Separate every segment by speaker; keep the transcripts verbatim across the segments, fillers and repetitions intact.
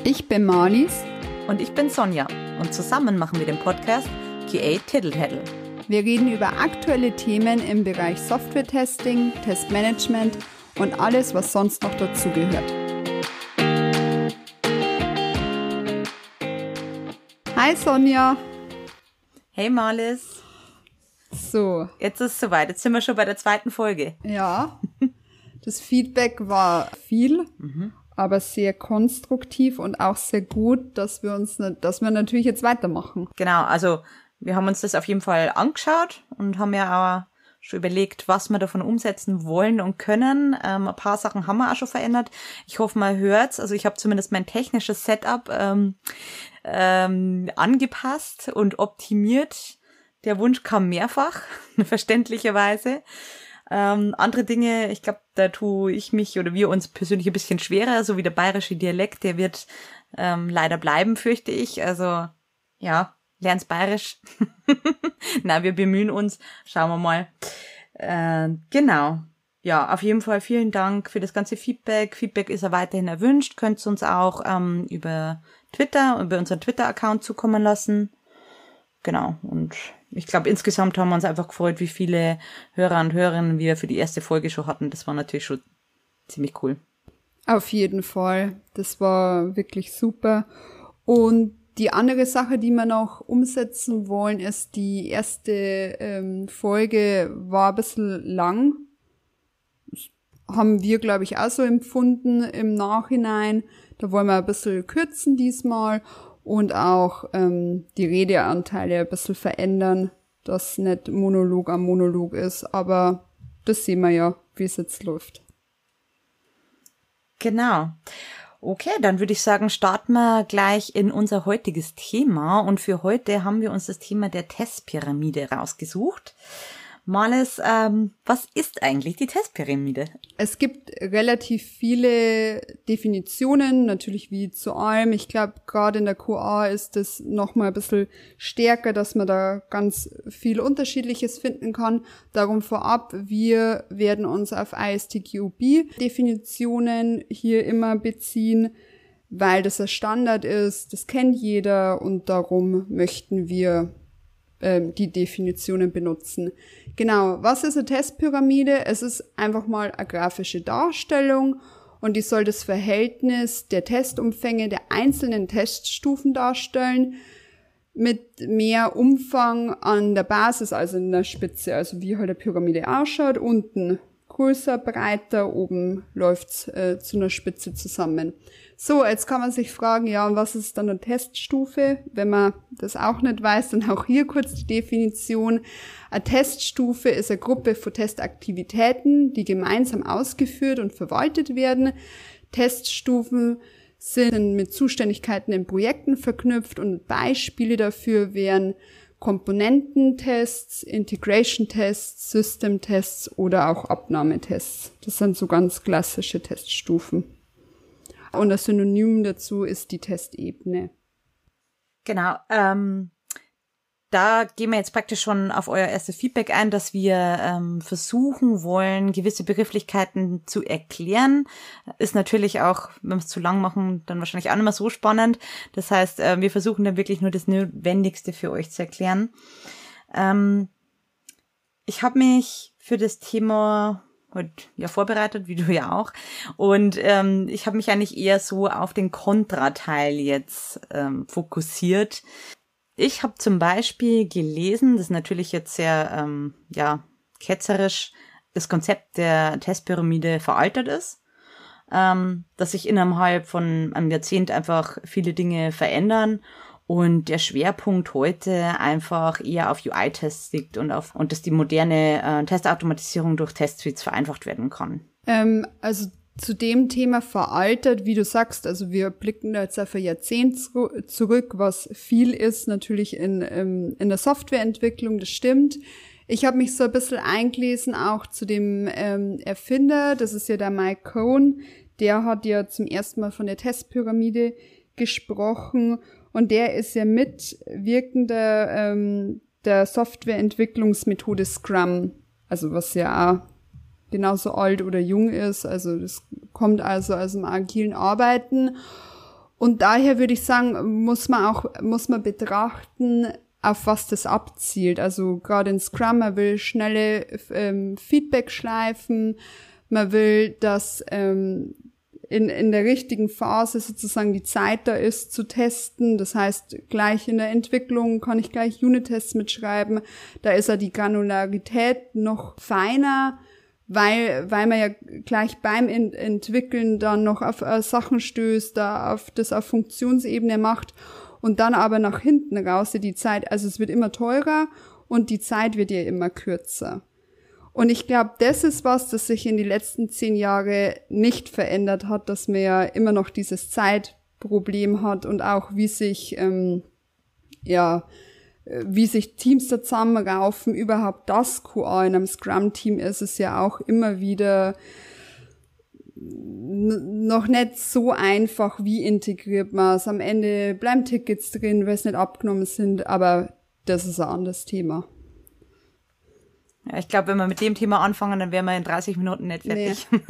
Speaker 1: Ich bin Marlies.
Speaker 2: Und ich bin Sonja. Und zusammen machen wir den Podcast Q A Tiddle-Taddle.
Speaker 1: Wir reden über aktuelle Themen im Bereich Software-Testing, Testmanagement und alles, was sonst noch dazugehört. Hi Sonja.
Speaker 2: Hey Marlies.
Speaker 1: So.
Speaker 2: Jetzt ist es soweit. Jetzt sind wir schon bei der zweiten Folge.
Speaker 1: Ja. Das Feedback war viel, mhm. aber sehr konstruktiv und auch sehr gut, dass wir uns, dass wir natürlich jetzt weitermachen.
Speaker 2: Genau, also wir haben uns das auf jeden Fall angeschaut und haben ja auch schon überlegt, was wir davon umsetzen wollen und können. Ähm, ein paar Sachen haben wir auch schon verändert. Ich hoffe, man hört's. Also ich habe zumindest mein technisches Setup ähm, ähm, angepasst und optimiert. Der Wunsch kam mehrfach, verständlicherweise. Ähm, andere Dinge, ich glaube, da tue ich mich oder wir uns persönlich ein bisschen schwerer, so wie der bayerische Dialekt, der wird ähm, leider bleiben, fürchte ich. Also ja, lern's bayerisch. Na, wir bemühen uns. Schauen wir mal. Äh, genau. Ja, auf jeden Fall vielen Dank für das ganze Feedback. Feedback ist ja weiterhin erwünscht. Könnt ihr uns auch ähm, über Twitter, über unseren Twitter-Account zukommen lassen. Genau. Und ich glaube, insgesamt haben wir uns einfach gefreut, wie viele Hörer und Hörerinnen wir für die erste Folge schon hatten. Das war natürlich schon ziemlich cool.
Speaker 1: Auf jeden Fall. Das war wirklich super. Und die andere Sache, die wir noch umsetzen wollen, ist, die erste ähm, Folge war ein bisschen lang. Das haben wir, glaube ich, auch so empfunden im Nachhinein. Da wollen wir ein bisschen kürzen diesmal und auch ähm, die Redeanteile ein bisschen verändern, dass nicht Monolog am Monolog ist. Aber das sehen wir ja, wie es jetzt läuft.
Speaker 2: Genau. Okay, dann würde ich sagen, starten wir gleich in unser heutiges Thema. Und für heute haben wir uns das Thema der Testpyramide rausgesucht. Marlies, ähm, was ist eigentlich die Testpyramide?
Speaker 1: Es gibt relativ viele Definitionen, natürlich wie zu allem. Ich glaube, gerade in der Q A ist das nochmal ein bisschen stärker, dass man da ganz viel Unterschiedliches finden kann. Darum vorab, wir werden uns auf I S T Q B-Definitionen hier immer beziehen, weil das ein Standard ist, das kennt jeder und darum möchten wir die Definitionen benutzen. Genau, was ist eine Testpyramide? Es ist einfach mal eine grafische Darstellung und die soll das Verhältnis der Testumfänge der einzelnen Teststufen darstellen mit mehr Umfang an der Basis, also in der Spitze, also wie halt eine Pyramide ausschaut, unten größer, breiter, oben läuft's äh, zu einer Spitze zusammen. So, jetzt kann man sich fragen, ja, und was ist dann eine Teststufe? Wenn man das auch nicht weiß, dann auch hier kurz die Definition. Eine Teststufe ist eine Gruppe von Testaktivitäten, die gemeinsam ausgeführt und verwaltet werden. Teststufen sind mit Zuständigkeiten in Projekten verknüpft und Beispiele dafür wären Komponententests, Integration-Tests, System-Tests oder auch Abnahmetests. Das sind so ganz klassische Teststufen. Und das Synonym dazu ist die Testebene.
Speaker 2: Genau, ähm, da gehen wir jetzt praktisch schon auf euer erstes Feedback ein, dass wir ähm, versuchen wollen, gewisse Begrifflichkeiten zu erklären. Ist natürlich auch, wenn wir es zu lang machen, dann wahrscheinlich auch nicht mehr so spannend. Das heißt, äh, wir versuchen dann wirklich nur das Notwendigste für euch zu erklären. Ähm, ich habe mich für das Thema heute ja vorbereitet, wie du ja auch. Und ähm, ich habe mich eigentlich eher so auf den Kontrateil jetzt ähm, fokussiert. Ich habe zum Beispiel gelesen, das ist natürlich jetzt sehr ähm, ja ketzerisch, das Konzept der Testpyramide veraltet ist, ähm, dass sich innerhalb von einem Jahrzehnt einfach viele Dinge verändern und der Schwerpunkt heute einfach eher auf U I-Tests liegt und auf und dass die moderne äh, Testautomatisierung durch Testsuites vereinfacht werden kann.
Speaker 1: Ähm, also zu dem Thema veraltet, wie du sagst, also wir blicken da jetzt auf ein Jahrzehnt zurück, was viel ist natürlich in, in, in der Softwareentwicklung, das stimmt. Ich habe mich so ein bisschen eingelesen auch zu dem ähm, Erfinder, das ist ja der Mike Cohn, der hat ja zum ersten Mal von der Testpyramide gesprochen und der ist ja Mitwirkender ähm, der Softwareentwicklungsmethode Scrum, also was ja auch genauso alt oder jung ist, also das kommt also aus dem agilen Arbeiten Und daher würde ich sagen, muss man auch, muss man betrachten, auf was das abzielt. Also gerade in Scrum, man will schnelle ähm, Feedback-Schleifen, man will, dass ähm, in, in der richtigen Phase sozusagen die Zeit da ist, zu testen. Das heißt, gleich in der Entwicklung kann ich gleich Unit-Tests mitschreiben. Da ist ja die Granularität noch feiner, weil weil man ja gleich beim Ent- Entwickeln dann noch auf äh, Sachen stößt, da auf das auf Funktionsebene macht und dann aber nach hinten raus die Zeit, also es wird immer teurer und die Zeit wird ja immer kürzer. Und ich glaube, das ist was, das sich in den letzten zehn Jahren nicht verändert hat, dass man ja immer noch dieses Zeitproblem hat und auch wie sich ähm, ja wie sich Teams da zusammenraufen, überhaupt das Q A in einem Scrum-Team ist es ja auch immer wieder n- noch nicht so einfach, wie integriert man es. Am Ende bleiben Tickets drin, weil es nicht abgenommen sind, aber das ist ein anderes Thema.
Speaker 2: Ja, ich glaube, wenn wir mit dem Thema anfangen, dann wären wir in dreißig Minuten nicht fertig. Nee.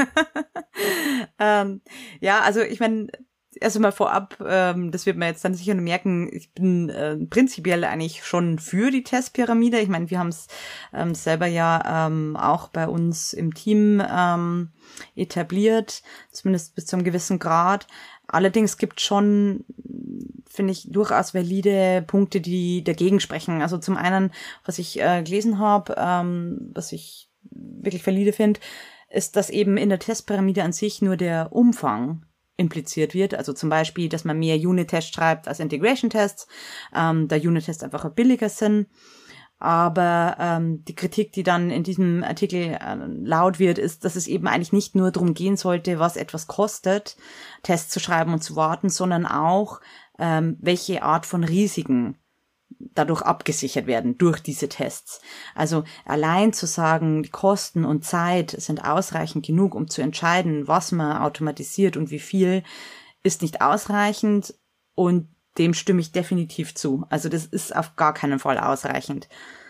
Speaker 2: ähm, ja, also ich meine, erst einmal vorab, ähm, das wird man jetzt dann sicher noch merken, ich bin äh, prinzipiell eigentlich schon für die Testpyramide. Ich meine, wir haben es ähm, selber ja ähm, auch bei uns im Team ähm, etabliert, zumindest bis zu einem gewissen Grad. Allerdings gibt schon, finde ich, durchaus valide Punkte, die dagegen sprechen. Also zum einen, was ich äh, gelesen habe, ähm, was ich wirklich valide finde, ist, dass eben in der Testpyramide an sich nur der Umfang impliziert wird. Also zum Beispiel, dass man mehr Unit-Tests schreibt als Integration-Tests, ähm, da Unit-Tests einfach billiger sind. Aber ähm, die Kritik, die dann in diesem Artikel äh, laut wird, ist, dass es eben eigentlich nicht nur darum gehen sollte, was etwas kostet, Tests zu schreiben und zu warten, sondern auch, ähm, welche Art von Risiken dadurch abgesichert werden durch diese Tests. Also allein zu sagen, die Kosten und Zeit sind ausreichend genug, um zu entscheiden, was man automatisiert und wie viel, ist nicht ausreichend und dem stimme ich definitiv zu. Also das ist auf gar keinen Fall ausreichend.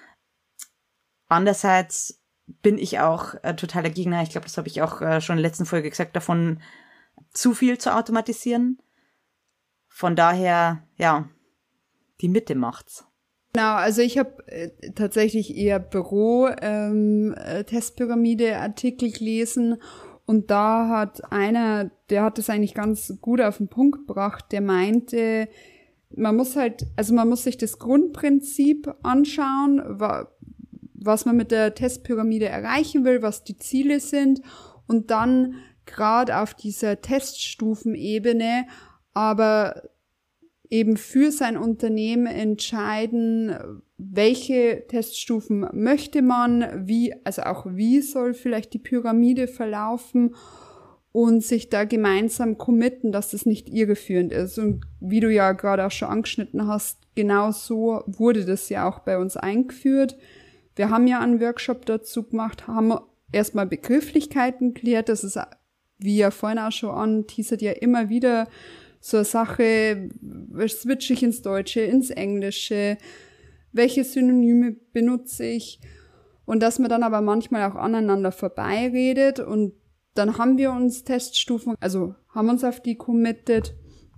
Speaker 2: Andererseits bin ich auch äh, totaler Gegner, ich glaube, das habe ich auch äh, schon in der letzten Folge gesagt, davon zu viel zu automatisieren. Von daher, ja, die Mitte macht's.
Speaker 1: Genau, also ich habe äh, tatsächlich eher Büro-Testpyramide-Artikel ähm, gelesen und da hat einer, der hat das eigentlich ganz gut auf den Punkt gebracht, der meinte, man muss halt, also man muss sich das Grundprinzip anschauen, wa- was man mit der Testpyramide erreichen will, was die Ziele sind und dann gerade auf dieser Teststufenebene aber eben für sein Unternehmen entscheiden, welche Teststufen möchte man, wie, also auch wie soll vielleicht die Pyramide verlaufen und sich da gemeinsam committen, dass das nicht irreführend ist. Und wie du ja gerade auch schon angeschnitten hast, genau so wurde das ja auch bei uns eingeführt. Wir haben ja einen Workshop dazu gemacht, haben erstmal Begrifflichkeiten geklärt, das ist, wie ja vorhin auch schon anteasert, ja immer wieder so eine Sache, switche ich ins Deutsche, ins Englische, welche Synonyme benutze ich und dass man dann aber manchmal auch aneinander vorbeiredet und dann haben wir uns Teststufen, also haben uns auf die committed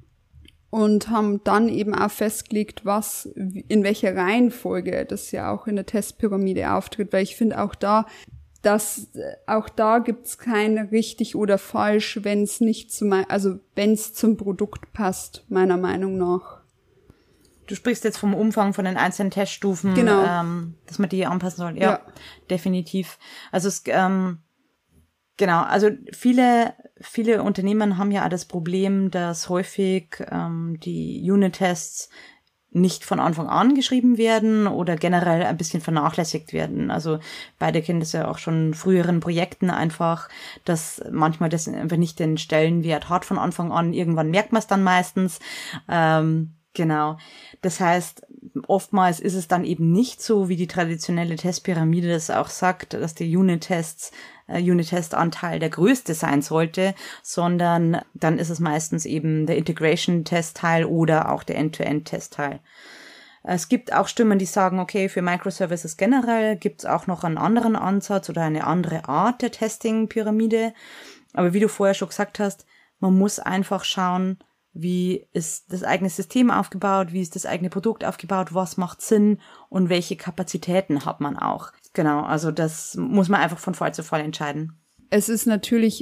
Speaker 1: und haben dann eben auch festgelegt, was, in welcher Reihenfolge das ja auch in der Testpyramide auftritt, weil ich finde auch da, dass auch da gibt's kein richtig oder falsch, wenn es nicht zu mein, also wenn es zum Produkt passt, meiner Meinung nach.
Speaker 2: Du sprichst jetzt vom Umfang von den einzelnen Teststufen,
Speaker 1: genau.
Speaker 2: ähm, dass man die anpassen soll. Ja, ja. Definitiv. Also es, ähm, genau, also viele, viele Unternehmen haben ja auch das Problem, dass häufig ähm, die Unit-Tests nicht von Anfang an geschrieben werden oder generell ein bisschen vernachlässigt werden. Also beide kennen das ja auch schon in früheren Projekten einfach, dass manchmal das einfach nicht den Stellenwert hat von Anfang an. Irgendwann merkt man es dann meistens. Ähm, genau. Das heißt, oftmals ist es dann eben nicht so, wie die traditionelle Testpyramide das auch sagt, dass die Unit-Tests Unit-Test-Anteil der größte sein sollte, sondern dann ist es meistens eben der Integration-Test-Teil oder auch der End-to-End-Test-Teil. Es gibt auch Stimmen, die sagen, okay, für Microservices generell gibt es auch noch einen anderen Ansatz oder eine andere Art der Testing-Pyramide. Aber wie du vorher schon gesagt hast, man muss einfach schauen, wie ist das eigene System aufgebaut, wie ist das eigene Produkt aufgebaut, was macht Sinn und welche Kapazitäten hat man auch. Genau, also das muss man einfach von Fall zu Fall entscheiden.
Speaker 1: Es ist natürlich,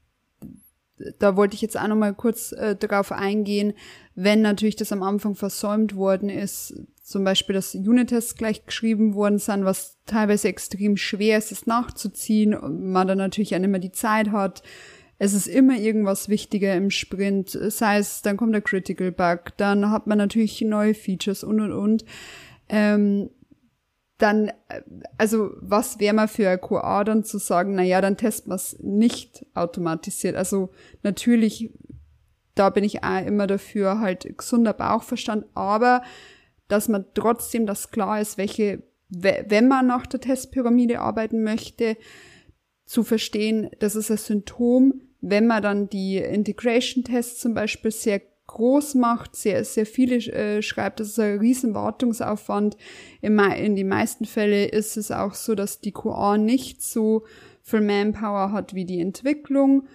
Speaker 1: da wollte ich jetzt auch noch mal kurz äh, drauf eingehen, wenn natürlich das am Anfang versäumt worden ist, zum Beispiel, dass Unit-Tests gleich geschrieben worden sind, was teilweise extrem schwer ist, es nachzuziehen und man dann natürlich auch nicht mehr die Zeit hat. Es ist immer irgendwas wichtiger im Sprint, sei es, dann kommt der Critical Bug, dann hat man natürlich neue Features und und und. Ähm, dann, also was wäre man für ein Q A dann zu sagen, na ja, dann testen wir es nicht automatisiert. Also natürlich, da bin ich auch immer dafür, halt gesunder Bauchverstand, aber dass man trotzdem, dass klar ist, welche, wenn man nach der Testpyramide arbeiten möchte, zu verstehen, das ist ein Symptom, wenn man dann die Integration-Tests zum Beispiel sehr groß macht, sehr, sehr viele äh, schreibt, das ist ein riesen Wartungsaufwand. In, in den meisten Fällen ist es auch so, dass die Q A nicht so viel Manpower hat wie die Entwicklung.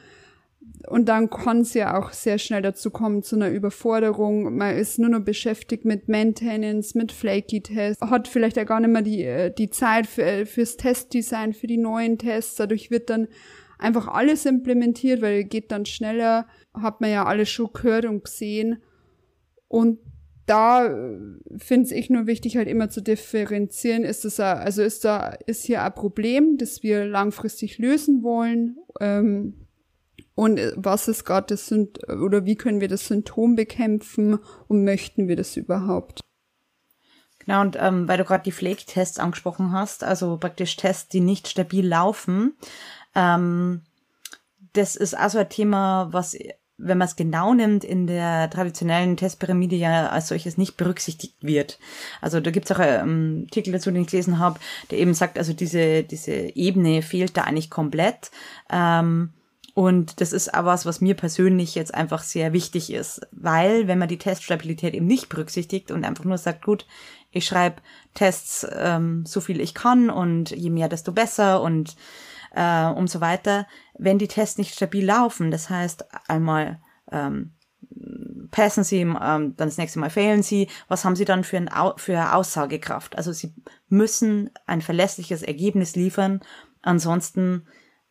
Speaker 1: Und dann kann es ja auch sehr schnell dazu kommen, zu einer Überforderung. Man ist nur noch beschäftigt mit Maintenance, mit Flaky-Tests, hat vielleicht auch gar nicht mehr die, die Zeit für, fürs Testdesign, für die neuen Tests. Dadurch wird dann einfach alles implementiert, weil geht dann schneller, hat man ja alles schon gehört und gesehen. Und da finde ich nur wichtig, halt immer zu differenzieren, ist das a, also ist da, ist hier ein Problem, das wir langfristig lösen wollen, ähm, und was ist gerade das Symptom, oder wie können wir das Symptom bekämpfen und möchten wir das überhaupt?
Speaker 2: Genau, und ähm, weil du gerade die Flake-Tests angesprochen hast, also praktisch Tests, die nicht stabil laufen, ähm, das ist also ein Thema, was, wenn man es genau nimmt, in der traditionellen Testpyramide ja als solches nicht berücksichtigt wird. Also da gibt es auch einen Artikel dazu, den ich gelesen habe, der eben sagt, also diese diese Ebene fehlt da eigentlich komplett. Ähm, Und das ist auch was, was mir persönlich jetzt einfach sehr wichtig ist, weil wenn man die Teststabilität eben nicht berücksichtigt und einfach nur sagt, gut, ich schreibe Tests ähm, so viel ich kann und je mehr, desto besser und äh, und so weiter, wenn die Tests nicht stabil laufen, das heißt einmal ähm, passen sie, ähm, dann das nächste Mal fehlen sie, was haben sie dann für, ein, für eine Aussagekraft? Also sie müssen ein verlässliches Ergebnis liefern, ansonsten,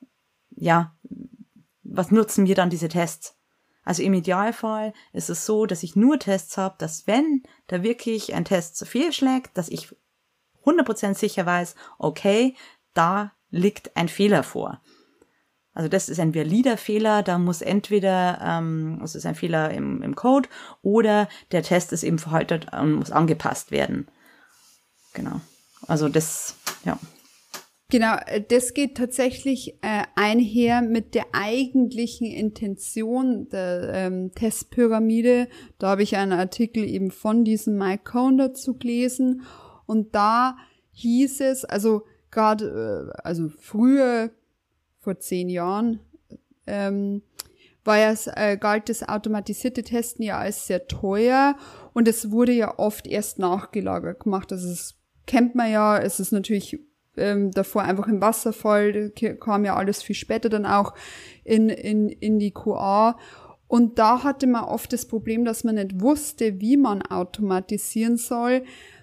Speaker 2: ja, was nutzen mir dann diese Tests? Also im Idealfall ist es so, dass ich nur Tests habe, dass wenn da wirklich ein Test zu viel schlägt, dass ich hundert Prozent sicher weiß, okay, da liegt ein Fehler vor. Also das ist ein valider Fehler, da muss entweder, ähm, es ist ein Fehler im, im Code oder der Test ist eben veraltet und muss angepasst werden. Genau. Also das, ja.
Speaker 1: Genau, das geht tatsächlich äh, einher mit der eigentlichen Intention der ähm, Testpyramide. Da habe ich einen Artikel eben von diesem Mike Cohn dazu gelesen und da hieß es, also gerade, äh, also früher, vor zehn Jahren, ähm, war ja, äh, galt das automatisierte Testen ja als sehr teuer und es wurde ja oft erst nachgelagert gemacht. Also das kennt man ja, es ist natürlich Ähm, davor einfach im Wasserfall, kam ja alles viel später dann auch in, in, in die Q A. Und da hatte man oft das Problem, dass man nicht wusste, wie man automatisieren soll,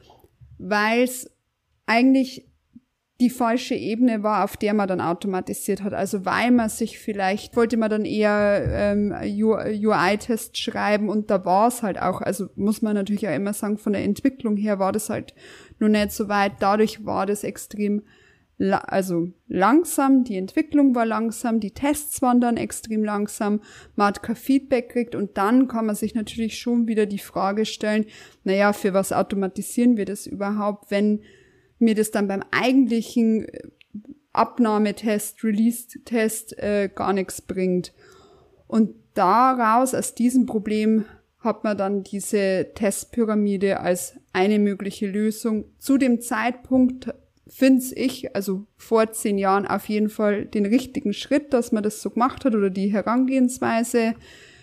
Speaker 1: weil es eigentlich die falsche Ebene war, auf der man dann automatisiert hat. Also weil man sich vielleicht, wollte man dann eher ähm, U I-Tests schreiben und da war es halt auch, also muss man natürlich auch immer sagen, von der Entwicklung her war das halt nur nicht so weit. Dadurch war das extrem, la- also langsam, die Entwicklung war langsam, die Tests waren dann extrem langsam, man hat kein Feedback gekriegt und dann kann man sich natürlich schon wieder die Frage stellen, naja, für was automatisieren wir das überhaupt, wenn mir das dann beim eigentlichen Abnahmetest, Release-Test äh, gar nichts bringt. Und daraus, aus diesem Problem, hat man dann diese Testpyramide als eine mögliche Lösung. Zu dem Zeitpunkt finde ich, also vor zehn Jahren, auf jeden Fall den richtigen Schritt, dass man das so gemacht hat oder die Herangehensweise.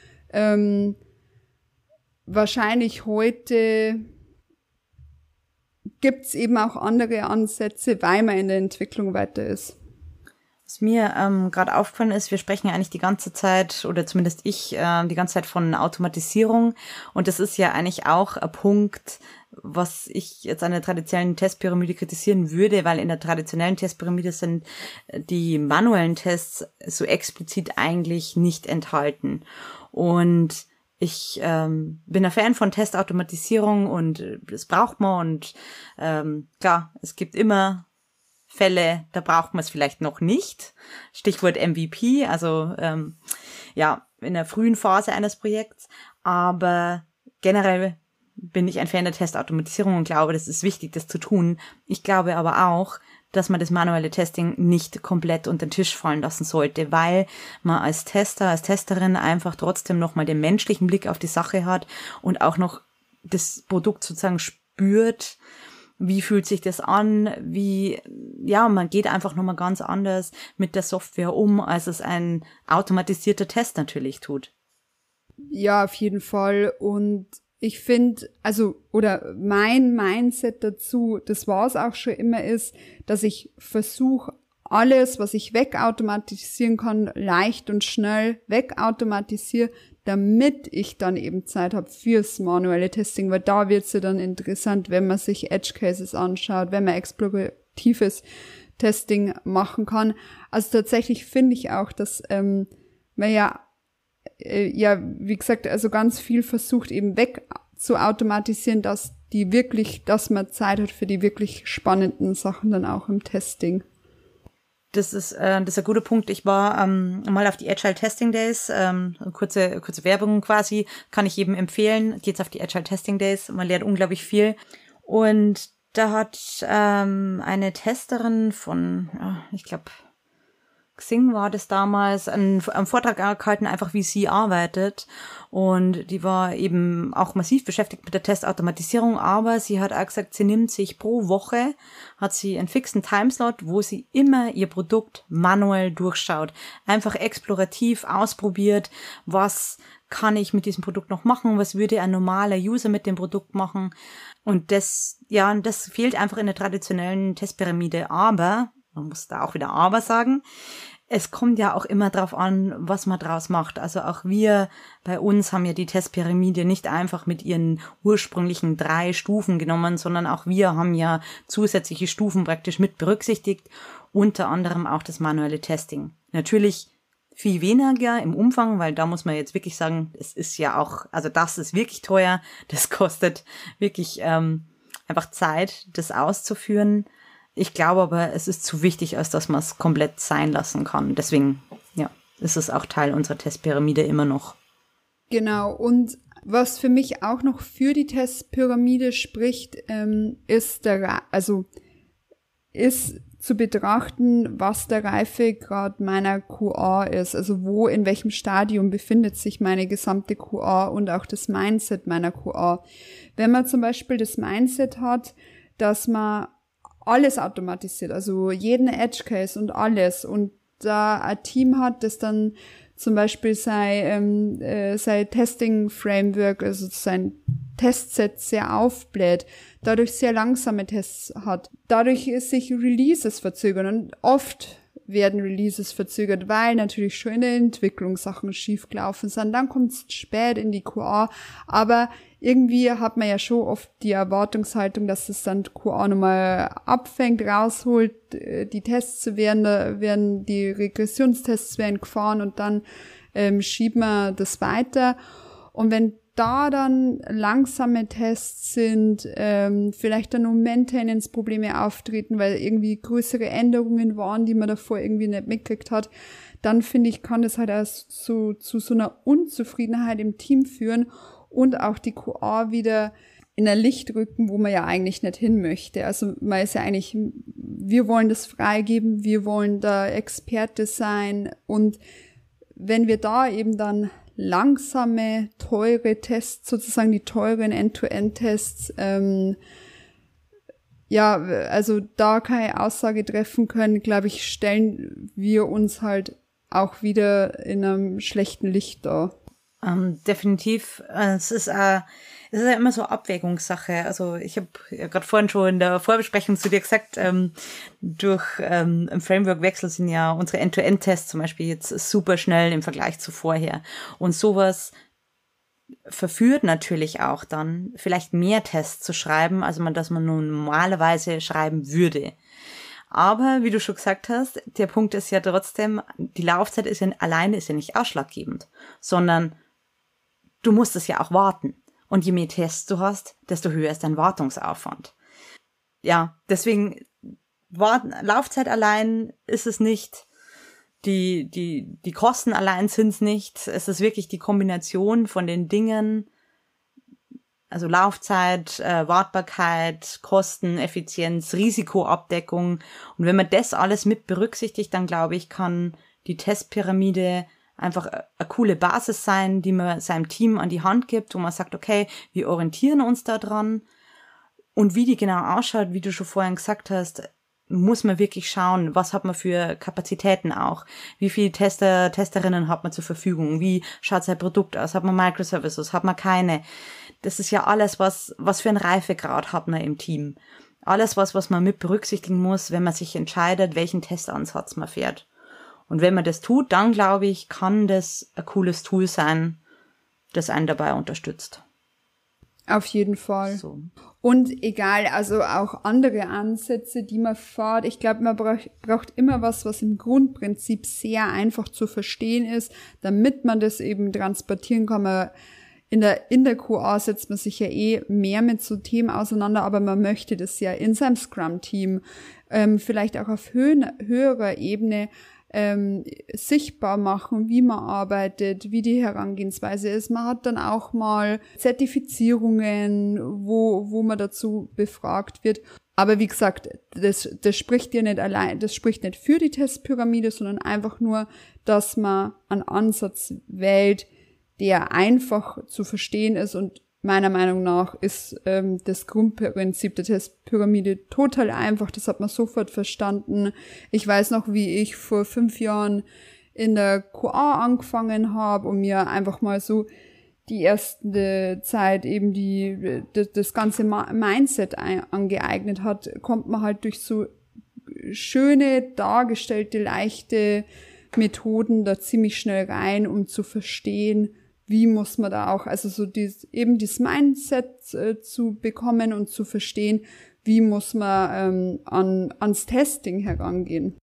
Speaker 1: Ähm, wahrscheinlich heute gibt's eben auch andere Ansätze, weil man in der Entwicklung weiter ist.
Speaker 2: Was mir ähm, gerade aufgefallen ist, wir sprechen ja eigentlich die ganze Zeit, oder zumindest ich, äh, die ganze Zeit von Automatisierung. Und das ist ja eigentlich auch ein Punkt, was ich jetzt an der traditionellen Testpyramide kritisieren würde, weil in der traditionellen Testpyramide sind die manuellen Tests so explizit eigentlich nicht enthalten. Und ich ähm, bin ein Fan von Testautomatisierung und das braucht man. Und ähm, klar, es gibt immer Fälle, da braucht man es vielleicht noch nicht. Stichwort M V P, also ähm, ja, in der frühen Phase eines Projekts. Aber generell bin ich ein Fan der Testautomatisierung und glaube, das ist wichtig, das zu tun. Ich glaube aber auch, dass man das manuelle Testing nicht komplett unter den Tisch fallen lassen sollte, weil man als Tester, als Testerin einfach trotzdem nochmal den menschlichen Blick auf die Sache hat und auch noch das Produkt sozusagen spürt. Wie fühlt sich das an? Wie, ja, man geht einfach nochmal ganz anders mit der Software um, als es ein automatisierter Test natürlich tut.
Speaker 1: Ja, auf jeden Fall. Und ich finde, also, oder mein Mindset dazu, das war es auch schon immer, ist, dass ich versuche, alles, was ich wegautomatisieren kann, leicht und schnell wegautomatisiere, damit ich dann eben Zeit habe fürs manuelle Testing, weil da wird's ja dann interessant, wenn man sich Edge Cases anschaut, wenn man exploratives Testing machen kann. Also tatsächlich finde ich auch, dass ähm, man ja, äh, ja, wie gesagt, also ganz viel versucht eben weg zu automatisieren, dass die wirklich, dass man Zeit hat für die wirklich spannenden Sachen dann auch im Testing.
Speaker 2: Das ist, äh, das ist ein guter Punkt. Ich war ähm, mal auf die Agile Testing Days, ähm, kurze kurze Werbung quasi, kann ich jedem empfehlen. Geht's auf die Agile Testing Days, man lernt unglaublich viel. Und da hat ähm, eine Testerin von, ja, ich glaube, Xing war das damals, einen, einen Vortrag gehalten, einfach wie sie arbeitet. Und die war eben auch massiv beschäftigt mit der Testautomatisierung, aber sie hat auch gesagt, sie nimmt sich pro Woche, hat sie einen fixen Timeslot, wo sie immer ihr Produkt manuell durchschaut. Einfach explorativ ausprobiert, was kann ich mit diesem Produkt noch machen, was würde ein normaler User mit dem Produkt machen. Und das, ja, das fehlt einfach in der traditionellen Testpyramide. Aber, man muss da auch wieder aber sagen, es kommt ja auch immer drauf an, was man draus macht. Also auch wir bei uns haben ja die Testpyramide nicht einfach mit ihren ursprünglichen drei Stufen genommen, sondern auch wir haben ja zusätzliche Stufen praktisch mit berücksichtigt, unter anderem auch das manuelle Testing. Natürlich viel weniger im Umfang, weil da muss man jetzt wirklich sagen, es ist ja auch, also das ist wirklich teuer, das kostet wirklich ähm, einfach Zeit, das auszuführen. Ich glaube aber, es ist zu wichtig, als dass man es komplett sein lassen kann. Deswegen, ja, ist es auch Teil unserer Testpyramide immer noch.
Speaker 1: Genau, und was für mich auch noch für die Testpyramide spricht, ähm, ist der, also ist zu betrachten, was der Reifegrad meiner Q A ist, also wo, in welchem Stadium befindet sich meine gesamte Q A und auch das Mindset meiner Q A. Wenn man zum Beispiel das Mindset hat, dass man alles automatisiert, also jeden Edge Case und alles, und da ein Team hat, das dann zum Beispiel sein, ähm, äh, sein Testing Framework, also sein Testset sehr aufbläht, dadurch sehr langsame Tests hat, dadurch ist sich Releases verzögern, und oft werden Releases verzögert, weil natürlich schon in der Entwicklung Sachen schiefgelaufen sind, dann kommt es spät in die Q A, aber irgendwie hat man ja schon oft die Erwartungshaltung, dass es dann Q A nochmal abfängt, rausholt, die Tests werden, werden die Regressionstests werden gefahren und dann ähm, schiebt man das weiter. Und wenn da dann langsame Tests sind, ähm, vielleicht dann nur Maintenance-Probleme auftreten, weil irgendwie größere Änderungen waren, die man davor irgendwie nicht mitgekriegt hat, dann finde ich, kann das halt auch so, zu so einer Unzufriedenheit im Team führen und auch die Q A wieder in ein Licht rücken, wo man ja eigentlich nicht hin möchte. Also man ist ja eigentlich, wir wollen das freigeben, wir wollen da Experte sein, und wenn wir da eben dann langsame, teure Tests, sozusagen die teuren End-to-End-Tests, ähm, ja, also da keine Aussage treffen können, glaube ich, stellen wir uns halt auch wieder in einem schlechten Licht dar.
Speaker 2: Ähm, definitiv. Äh, es ist äh, es ist ja immer so Abwägungssache. Also ich habe ja gerade vorhin schon in der Vorbesprechung zu dir gesagt, ähm, durch ähm, ein Framework-Wechsel sind ja unsere End-to-End-Tests zum Beispiel jetzt super schnell im Vergleich zu vorher. Und sowas verführt natürlich auch dann, vielleicht mehr Tests zu schreiben, als man das man nun normalerweise schreiben würde. Aber wie du schon gesagt hast, der Punkt ist ja trotzdem, die Laufzeit ist ja alleine ist ja nicht ausschlaggebend, sondern du musst es ja auch warten. Und je mehr Tests du hast, desto höher ist dein Wartungsaufwand. Ja, deswegen, Wart- Laufzeit allein ist es nicht, die, die, die Kosten allein sind es nicht. Es ist wirklich die Kombination von den Dingen, also Laufzeit, äh, Wartbarkeit, Kosten, Effizienz, Risikoabdeckung. Und wenn man das alles mit berücksichtigt, dann glaube ich, kann die Testpyramide einfach eine coole Basis sein, die man seinem Team an die Hand gibt, wo man sagt, okay, wir orientieren uns da dran. Und wie die genau ausschaut, wie du schon vorhin gesagt hast, muss man wirklich schauen, was hat man für Kapazitäten auch, wie viele Tester, Testerinnen hat man zur Verfügung, wie schaut sein Produkt aus, hat man Microservices, hat man keine. Das ist ja alles, was was für einen Reifegrad hat man im Team. Alles was, was man mit berücksichtigen muss, wenn man sich entscheidet, welchen Testansatz man fährt. Und wenn man das tut, dann glaube ich, kann das ein cooles Tool sein, das einen dabei unterstützt.
Speaker 1: Auf jeden Fall.
Speaker 2: So.
Speaker 1: Und egal, also auch andere Ansätze, die man fährt. Ich glaube, man brauch, braucht immer was, was im Grundprinzip sehr einfach zu verstehen ist, damit man das eben transportieren kann. Man in der, in der Q A setzt man sich ja eh mehr mit so Themen auseinander, aber man möchte das ja in seinem Scrum-Team, ähm, vielleicht auch auf höhen, höherer Ebene Ähm, sichtbar machen, wie man arbeitet, wie die Herangehensweise ist. Man hat dann auch mal Zertifizierungen, wo wo man dazu befragt wird. Aber wie gesagt, das das spricht ja nicht allein, das spricht nicht für die Testpyramide, sondern einfach nur, dass man einen Ansatz wählt, der einfach zu verstehen ist, und meiner Meinung nach ist ähm, das Grundprinzip der Testpyramide total einfach. Das hat man sofort verstanden. Ich weiß noch, wie ich vor fünf Jahren in der Q A angefangen habe und mir einfach mal so die erste Zeit eben die das, das ganze Mindset ein, angeeignet hat, kommt man halt durch so schöne, dargestellte, leichte Methoden da ziemlich schnell rein, um zu verstehen, wie muss man da auch, also so dies, eben dieses Mindset äh, zu bekommen und zu verstehen, wie muss man ähm, an, ans Testing herangehen.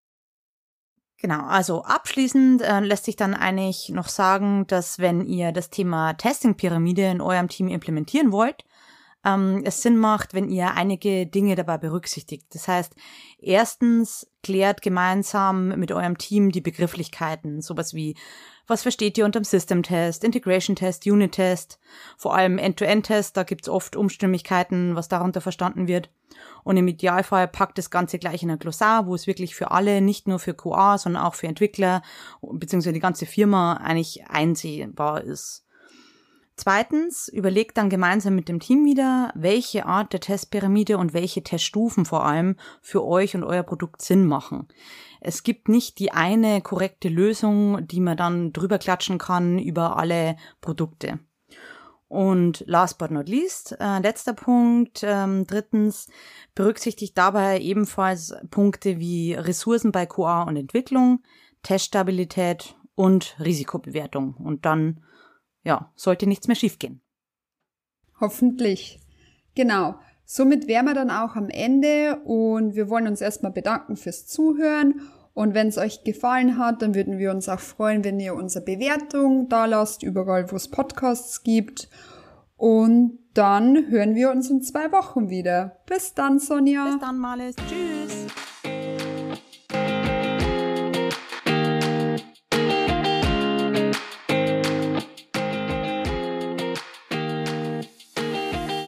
Speaker 2: Genau, also abschließend äh, lässt sich dann eigentlich noch sagen, dass wenn ihr das Thema Testing-Pyramide in eurem Team implementieren wollt, ähm, es Sinn macht, wenn ihr einige Dinge dabei berücksichtigt. Das heißt, erstens klärt gemeinsam mit eurem Team die Begrifflichkeiten, sowas wie, was versteht ihr unter dem System-Test, Integration-Test, Unit-Test, vor allem End-to-End-Test, da gibt's oft Unstimmigkeiten, was darunter verstanden wird. Und im Idealfall packt das Ganze gleich in ein Glossar, wo es wirklich für alle, nicht nur für Q A, sondern auch für Entwickler beziehungsweise die ganze Firma eigentlich einsehbar ist. Zweitens, überlegt dann gemeinsam mit dem Team wieder, welche Art der Testpyramide und welche Teststufen vor allem für euch und euer Produkt Sinn machen. Es gibt nicht die eine korrekte Lösung, die man dann drüber klatschen kann über alle Produkte. Und last but not least, äh, letzter Punkt, ähm, drittens, berücksichtigt dabei ebenfalls Punkte wie Ressourcen bei Q A und Entwicklung, Teststabilität und Risikobewertung. Und dann, ja, sollte nichts mehr schiefgehen.
Speaker 1: Hoffentlich. Genau. Somit wären wir dann auch am Ende und wir wollen uns erstmal bedanken fürs Zuhören. Und wenn es euch gefallen hat, dann würden wir uns auch freuen, wenn ihr unsere Bewertung da lasst, überall wo es Podcasts gibt. Und dann hören wir uns in zwei Wochen wieder. Bis dann, Sonja.
Speaker 2: Bis dann, Marlies. Tschüss.